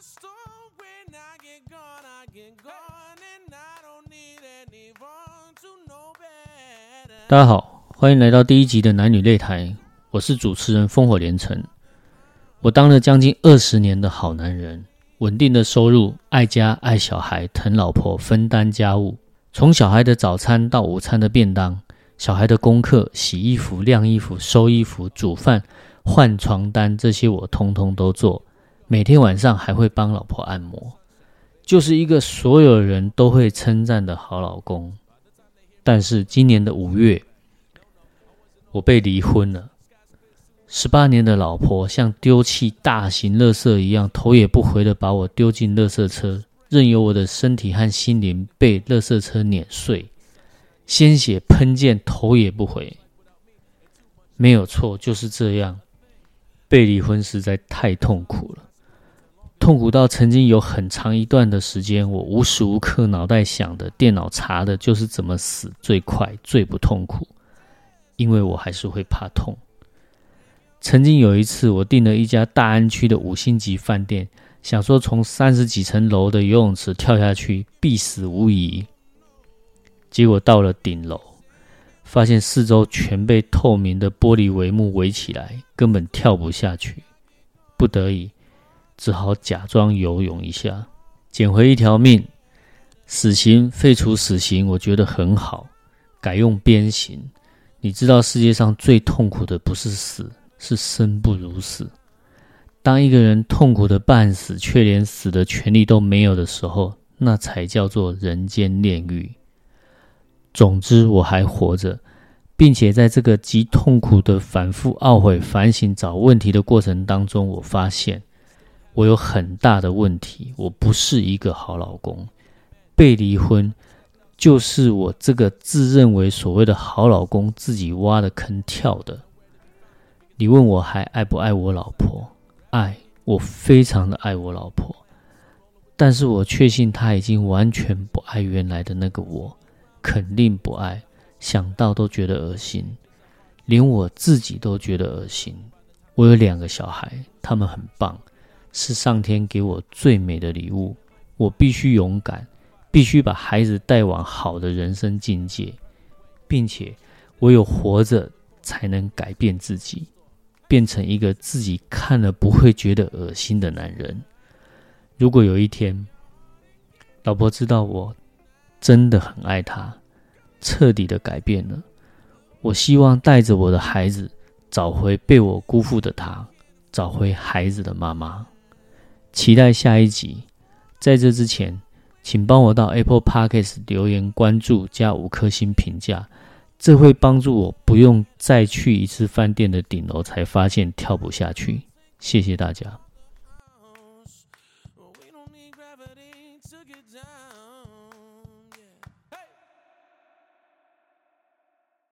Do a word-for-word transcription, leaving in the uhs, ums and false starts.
when I get gone, I get gone, and I don't need anyone to know better. 大家好，欢迎来到第一集的男女擂台，我是主持人烽火连城。我当了将近二十年的好男人，稳定的收入，爱家爱小孩，疼老婆，分担家务。从小孩的早餐到午餐的便当，小孩的功课，洗衣服、晾衣服、收衣服、煮饭、换床单，这些我通通都做。每天晚上还会帮老婆按摩，就是一个所有人都会称赞的好老公。但是今年的五月，我被离婚了。十八年的老婆像丢弃大型垃圾一样，头也不回的把我丢进垃圾车，任由我的身体和心灵被垃圾车碾碎，鲜血喷溅，头也不回。没有错，就是这样。被离婚实在太痛苦了，痛苦到曾经有很长一段的时间，我无时无刻脑袋想的、电脑查的就是怎么死最快、最不痛苦，因为我还是会怕痛。曾经有一次，我订了一家大安区的五星级饭店，想说从三十几层楼的游泳池跳下去，必死无疑。结果到了顶楼，发现四周全被透明的玻璃帷幕围起来，根本跳不下去。不得已，只好假装游泳一下，捡回一条命。死刑废除死刑，我觉得很好，改用鞭刑。你知道世界上最痛苦的不是死，是生不如死。当一个人痛苦的半死，却连死的权利都没有的时候，那才叫做人间炼狱。总之，我还活着，并且在这个极痛苦的反复懊悔、反省、找问题的过程当中，我发现我有很大的问题，我不是一个好老公。被离婚就是我这个自认为所谓的好老公自己挖的坑跳的。你问我还爱不爱我老婆？爱，我非常的爱我老婆，但是我确信她已经完全不爱原来的那个我，肯定不爱，想到都觉得恶心，连我自己都觉得恶心。我有两个小孩，他们很棒，是上天给我最美的礼物。我必须勇敢，必须把孩子带往好的人生境界，并且我有活着才能改变自己，变成一个自己看了不会觉得恶心的男人。如果有一天，老婆知道我真的很爱她，彻底的改变了，我希望带着我的孩子找回被我辜负的她，找回孩子的妈妈。期待下一集。在这之前，请帮我到 Apple Podcast 留言关注加五颗星评价，这会帮助我不用再去一次饭店的顶楼才发现跳不下去。谢谢大家。 We don't need gravity to get down.